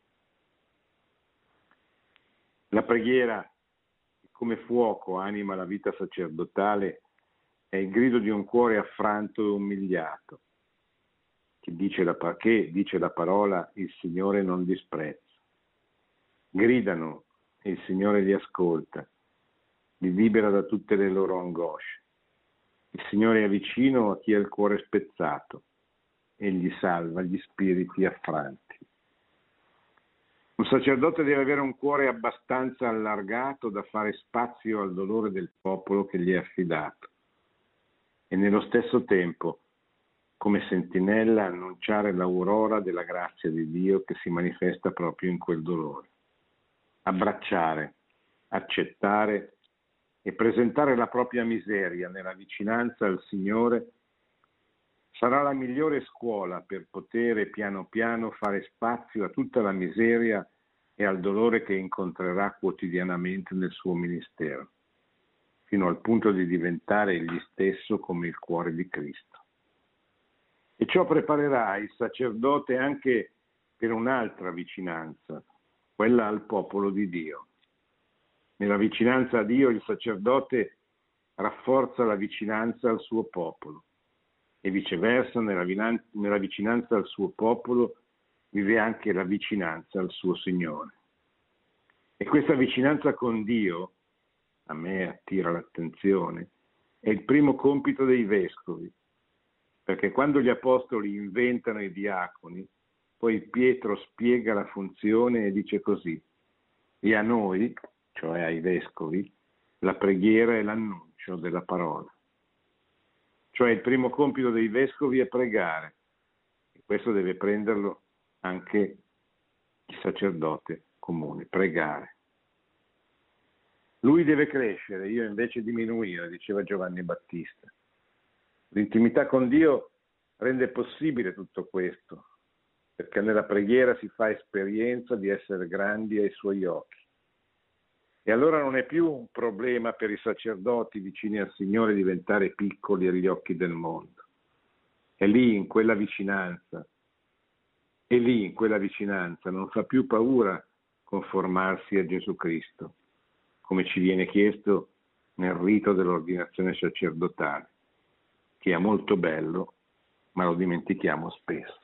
La preghiera, come fuoco anima la vita sacerdotale, è il grido di un cuore affranto e umiliato, che dice la, che, dice la parola, il Signore non disprezza. Gridano e il Signore li ascolta, li libera da tutte le loro angosce. Il Signore è vicino a chi ha il cuore spezzato, egli salva gli spiriti affranti. Un sacerdote deve avere un cuore abbastanza allargato da fare spazio al dolore del popolo che gli è affidato e nello stesso tempo, come sentinella, annunciare l'aurora della grazia di Dio che si manifesta proprio in quel dolore. Abbracciare, accettare e presentare la propria miseria nella vicinanza al Signore sarà la migliore scuola per poter piano piano fare spazio a tutta la miseria e al dolore che incontrerà quotidianamente nel suo ministero, fino al punto di diventare egli stesso come il cuore di Cristo. E ciò preparerà il sacerdote anche per un'altra vicinanza, quella al popolo di Dio. Nella vicinanza a Dio il sacerdote rafforza la vicinanza al suo popolo e viceversa nella, nella vicinanza al suo popolo vive anche la vicinanza al suo Signore. E questa vicinanza con Dio, a me attira l'attenzione, è il primo compito dei vescovi, perché quando gli apostoli inventano i diaconi, poi Pietro spiega la funzione e dice così: e a noi, cioè ai vescovi, la preghiera è l'annuncio della parola. Cioè il primo compito dei vescovi è pregare, e questo deve prenderlo anche il sacerdote comune, pregare. Lui deve crescere, io invece diminuire, diceva Giovanni Battista. L'intimità con Dio rende possibile tutto questo, perché nella preghiera si fa esperienza di essere grandi ai suoi occhi. E allora non è più un problema per i sacerdoti vicini al Signore diventare piccoli agli occhi del mondo. È lì, in quella vicinanza, e lì, in quella vicinanza, non fa più paura conformarsi a Gesù Cristo, come ci viene chiesto nel rito dell'ordinazione sacerdotale, che è molto bello, ma lo dimentichiamo spesso.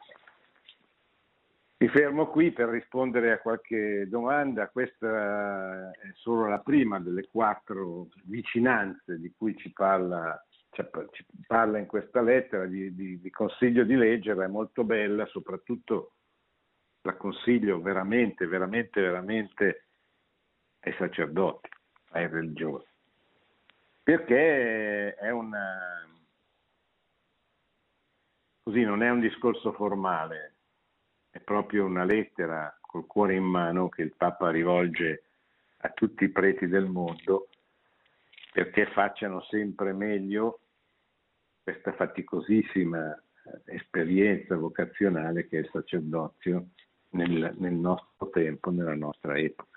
Mi fermo qui per rispondere a qualche domanda. Questa è solo la prima delle quattro vicinanze di cui ci parla, ci parla in questa lettera. Vi, vi, vi consiglio di leggerla, è molto bella, soprattutto la consiglio veramente, veramente, veramente ai sacerdoti, ai religiosi, perché è una, così non è un discorso formale. È proprio una lettera col cuore in mano che il Papa rivolge a tutti i preti del mondo perché facciano sempre meglio questa faticosissima esperienza vocazionale che è il sacerdozio nel, nel nostro tempo, nella nostra epoca.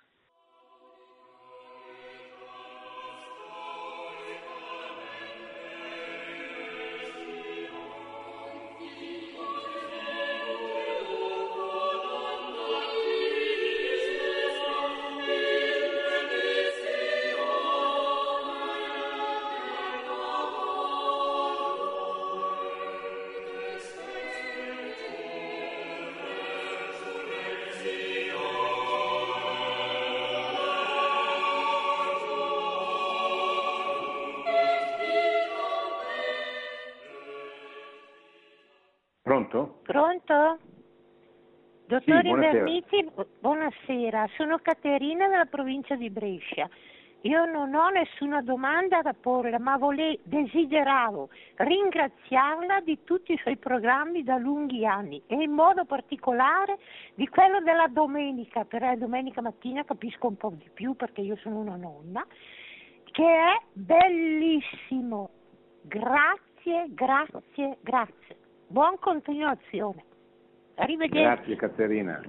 Pronto? Pronto? Dottore Sì, buonasera. Invernizzi, buonasera. Sono Caterina della provincia di Brescia. Io non ho nessuna domanda da porre, ma vole- desideravo ringraziarla di tutti i suoi programmi da lunghi anni e in modo particolare di quello della domenica, per la domenica mattina capisco un po' di più perché io sono una nonna, che è bellissimo. Grazie, grazie, grazie. Buon continuazione. Arrivederci. Grazie Caterina.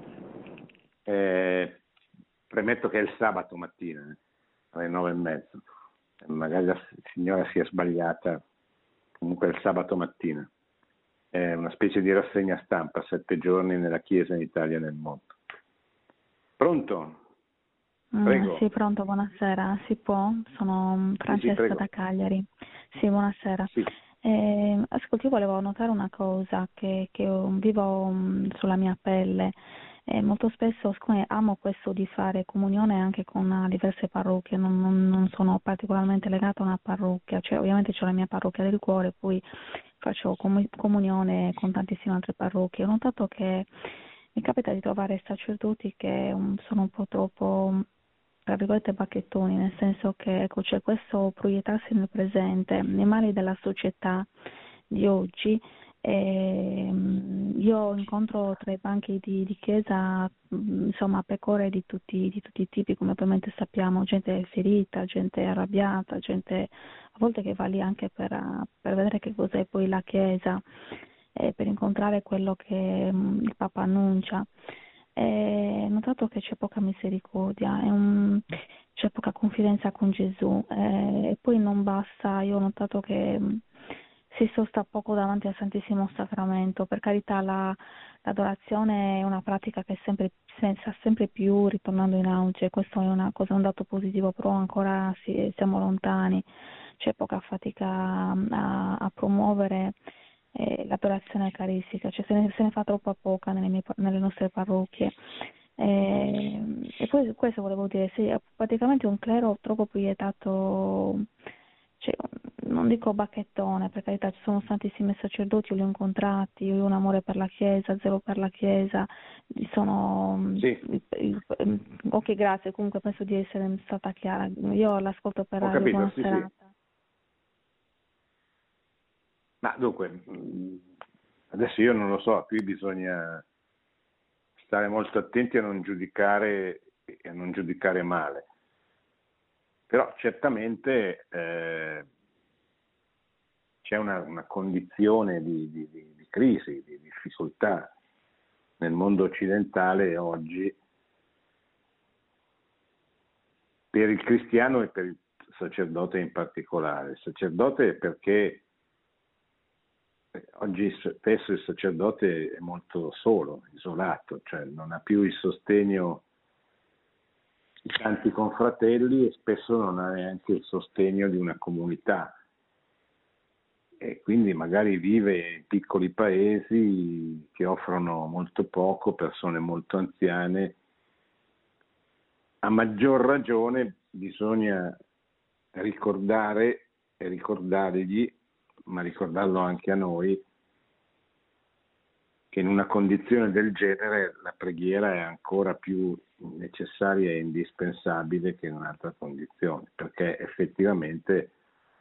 Eh, premetto che è il sabato mattina, eh, alle nove e mezzo. Magari la signora si è sbagliata, comunque è il sabato mattina. È una specie di rassegna stampa, sette giorni nella Chiesa in Italia e nel mondo. Pronto? Prego. Mm, sì, pronto, buonasera. Si può? Sono Francesca sì, sì, da Cagliari. Sì, buonasera. Sì. Eh, ascolti, io volevo notare una cosa che, che io vivo um, sulla mia pelle. Eh, molto spesso, siccome amo questo di fare comunione anche con uh, diverse parrocchie, non, non, non sono particolarmente legata a una parrocchia, cioè ovviamente c'ho la mia parrocchia del cuore, poi faccio comu- comunione con tantissime altre parrocchie. Ho notato che mi capita di trovare sacerdoti che um, sono un po' troppo, tra virgolette, bacchettoni, nel senso che ecco, c'è questo proiettarsi nel presente, nei mali della società di oggi. E, io incontro tra i banchi di, di chiesa insomma pecore di tutti, di tutti i tipi, come ovviamente sappiamo, gente ferita, gente arrabbiata, gente a volte che va lì anche per, per vedere che cos'è poi la chiesa, e per incontrare quello che um, il Papa annuncia. E ho notato che c'è poca misericordia, è un, c'è poca confidenza con Gesù, e, e poi non basta. Io ho notato che um, si sosta poco davanti al Santissimo Sacramento. Per carità, la, l'adorazione è una pratica che sempre, sta sempre più ritornando in auge, questo è una cosa, un dato positivo, però ancora si, siamo lontani, c'è poca fatica a, a promuovere eh, l'adorazione eucaristica, cioè se ne, se ne fa troppo poca nelle, mie, nelle nostre parrocchie. E, e poi questo volevo dire, sì, è praticamente un clero troppo proiettato, cioè, non dico bacchettone, per carità, ci sono tantissimi sacerdoti, io li ho incontrati, io ho un amore per la Chiesa, zelo per la Chiesa, sono... Sì. Ok, grazie, comunque penso di essere stata chiara. Io l'ascolto per Ho radio, capito, buona sì, serata. sì. Ma dunque, adesso io non lo so, qui bisogna stare molto attenti a non giudicare e a non giudicare male. Però certamente eh, c'è una, una condizione di, di, di, di crisi, di difficoltà nel mondo occidentale oggi per il cristiano e per il sacerdote in particolare. Il sacerdote perché oggi spesso il sacerdote è molto solo, isolato, cioè non ha più il sostegno di tanti confratelli e spesso non ha neanche il sostegno di una comunità e quindi magari vive in piccoli paesi che offrono molto poco, persone molto anziane. A maggior ragione bisogna ricordare e ricordargli, ma ricordarlo anche a noi, che in una condizione del genere la preghiera è ancora più necessaria e indispensabile che in un'altra condizione, perché effettivamente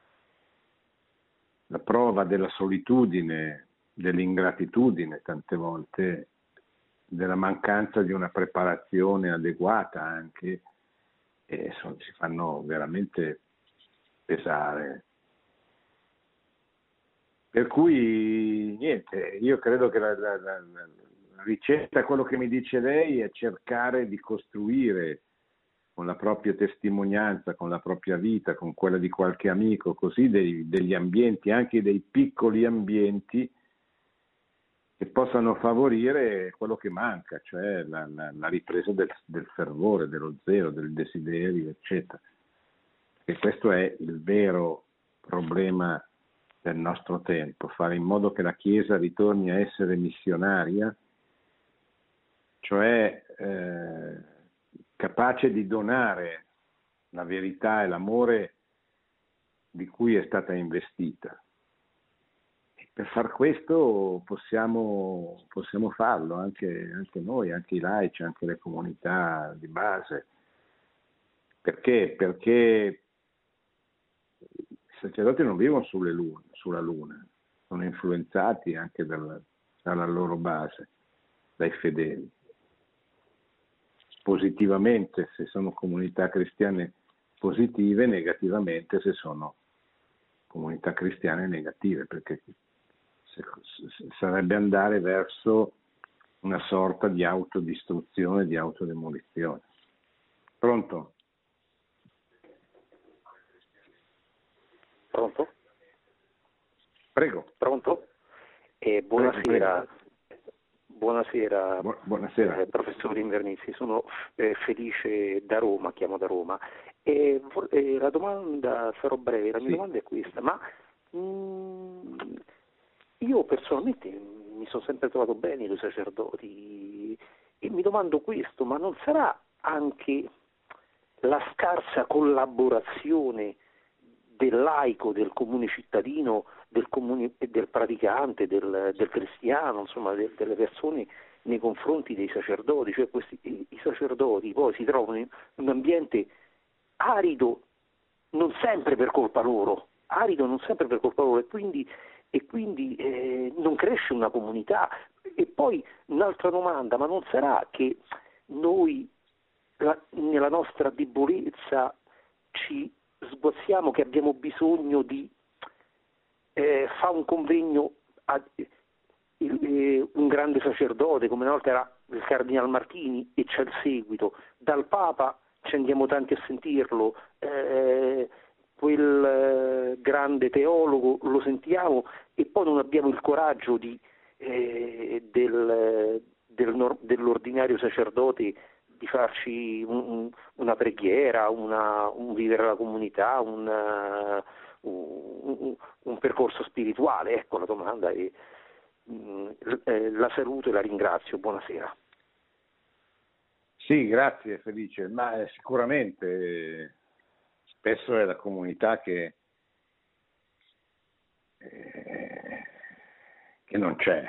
la prova della solitudine, dell'ingratitudine tante volte, della mancanza di una preparazione adeguata anche, e sono, ci fanno veramente pesare. Per cui niente, io credo che la, la, la, la ricetta, quello che mi dice lei, è cercare di costruire con la propria testimonianza, con la propria vita, con quella di qualche amico, così dei, degli ambienti, anche dei piccoli ambienti che possano favorire quello che manca, cioè la, la, la ripresa del, del fervore, dello zelo, del desiderio, eccetera. E questo è il vero problema del nostro tempo, fare in modo che la Chiesa ritorni a essere missionaria, cioè eh, capace di donare la verità e l'amore di cui è stata investita. E per far questo possiamo, possiamo farlo anche, anche noi, anche i laici, anche le comunità di base. Perché? Perché i sacerdoti non vivono sulle lune, sulla luna, sono influenzati anche dalla, dalla loro base, dai fedeli. Positivamente se sono comunità cristiane positive, negativamente se sono comunità cristiane negative, perché se, se, sarebbe andare verso una sorta di autodistruzione, di autodemolizione. Pronto? Pronto? Prego. Pronto? Eh, buonasera. Prego, prego. Buonasera, Bu- buonasera. Eh, professor Invernizzi, sono eh, Felice da Roma, chiamo da Roma. E, eh, la domanda, sarò breve, la mia Sì. domanda è questa, ma mh, io personalmente mi sono sempre trovato bene con i sacerdoti e mi domando questo, ma non sarà anche la scarsa collaborazione del laico, del comune cittadino, del, comune, del praticante, del, del cristiano, insomma de, delle persone nei confronti dei sacerdoti, cioè questi, i, i sacerdoti poi si trovano in un ambiente arido, non sempre per colpa loro, arido non sempre per colpa loro e quindi, e quindi eh, non cresce una comunità. E poi un'altra domanda, ma non sarà che noi la, nella nostra debolezza ci sguazziamo che abbiamo bisogno di eh, fare un convegno a il, eh, un grande sacerdote come una volta era il Cardinal Martini e c'è il seguito, dal Papa ci andiamo tanti a sentirlo, eh, quel eh, grande teologo lo sentiamo e poi non abbiamo il coraggio di, eh, del, del, dell'ordinario sacerdote di farci un, una preghiera, una, un vivere la comunità, un, uh, un, un percorso spirituale. Ecco la domanda e mh, eh, la saluto e la ringrazio. Buonasera. Sì, grazie Felice, ma eh, sicuramente eh, spesso è la comunità che eh, che non c'è.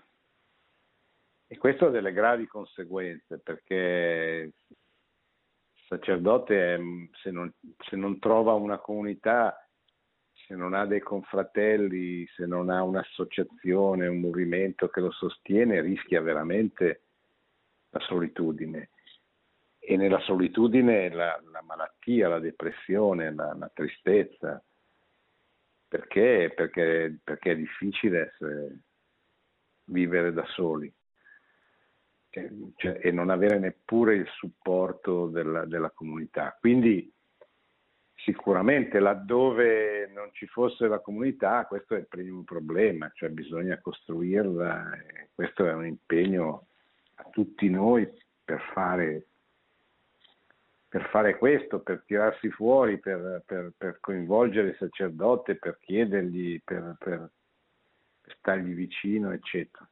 E questo ha delle gravi conseguenze, perché il sacerdote, è, se, non, se non trova una comunità, se non ha dei confratelli, se non ha un'associazione, un movimento che lo sostiene, rischia veramente la solitudine. E nella solitudine la, la malattia, la depressione, la, la tristezza. Perché? Perché, perché è difficile essere, vivere da soli. Cioè, e non avere neppure il supporto della, della comunità. Quindi sicuramente laddove non ci fosse la comunità, questo è il primo problema, cioè bisogna costruirla, e questo è un impegno a tutti noi per fare, per fare questo, per tirarsi fuori, per, per, per coinvolgere il sacerdote, per chiedergli, per, per, per stargli vicino, eccetera.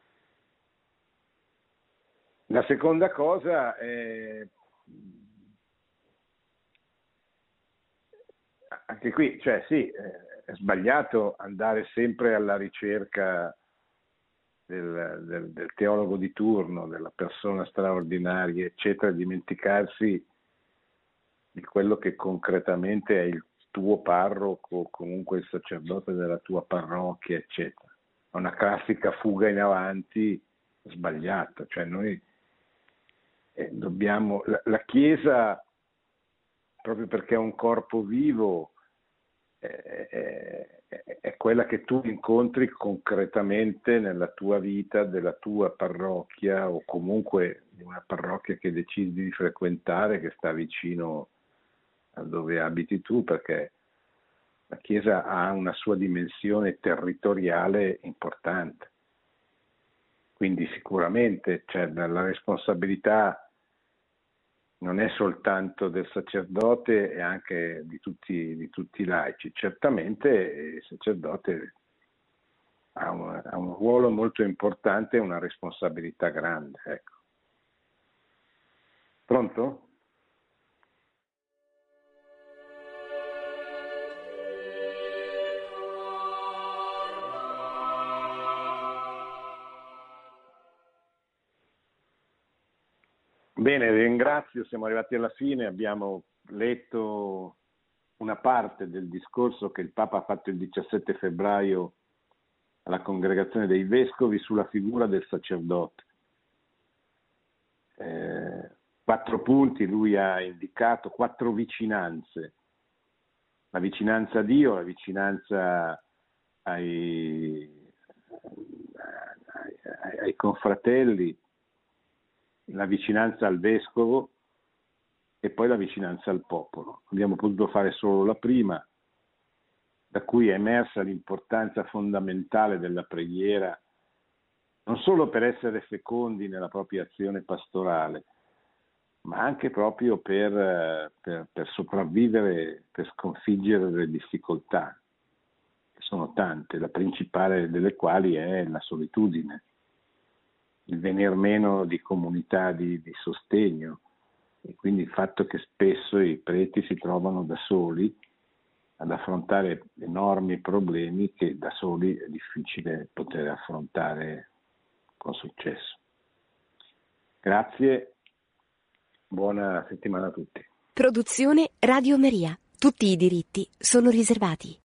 La seconda cosa è, anche qui, cioè sì, è sbagliato andare sempre alla ricerca del, del, del teologo di turno, della persona straordinaria, eccetera, e dimenticarsi di quello che concretamente è il tuo parroco, o comunque il sacerdote della tua parrocchia, eccetera. È una classica fuga in avanti sbagliata, cioè noi Eh, dobbiamo, la, la Chiesa, proprio perché è un corpo vivo, è, è, è quella che tu incontri concretamente nella tua vita, della tua parrocchia, o comunque di una parrocchia che decidi di frequentare, che sta vicino a dove abiti tu, perché la Chiesa ha una sua dimensione territoriale importante. Quindi sicuramente c'è la responsabilità, non è soltanto del sacerdote, e anche di tutti, di tutti i laici. Certamente il sacerdote ha un, ha un ruolo molto importante e una responsabilità grande. Ecco. Pronto? Bene, ringrazio, siamo arrivati alla fine, abbiamo letto una parte del discorso che il Papa ha fatto il diciassette febbraio alla Congregazione dei Vescovi sulla figura del sacerdote. Eh, quattro punti lui ha indicato, quattro vicinanze: la vicinanza a Dio, la vicinanza ai, ai, ai confratelli, la vicinanza al vescovo e poi la vicinanza al popolo. Abbiamo potuto fare solo la prima, da cui è emersa l'importanza fondamentale della preghiera, non solo per essere fecondi nella propria azione pastorale, ma anche proprio per, per, per sopravvivere, per sconfiggere le difficoltà, che sono tante, la principale delle quali è la solitudine, il venir meno di comunità di, di sostegno, e quindi il fatto che spesso i preti si trovano da soli ad affrontare enormi problemi che da soli è difficile poter affrontare con successo. Grazie, buona settimana a tutti. Produzione Radio Maria. Tutti i diritti sono riservati.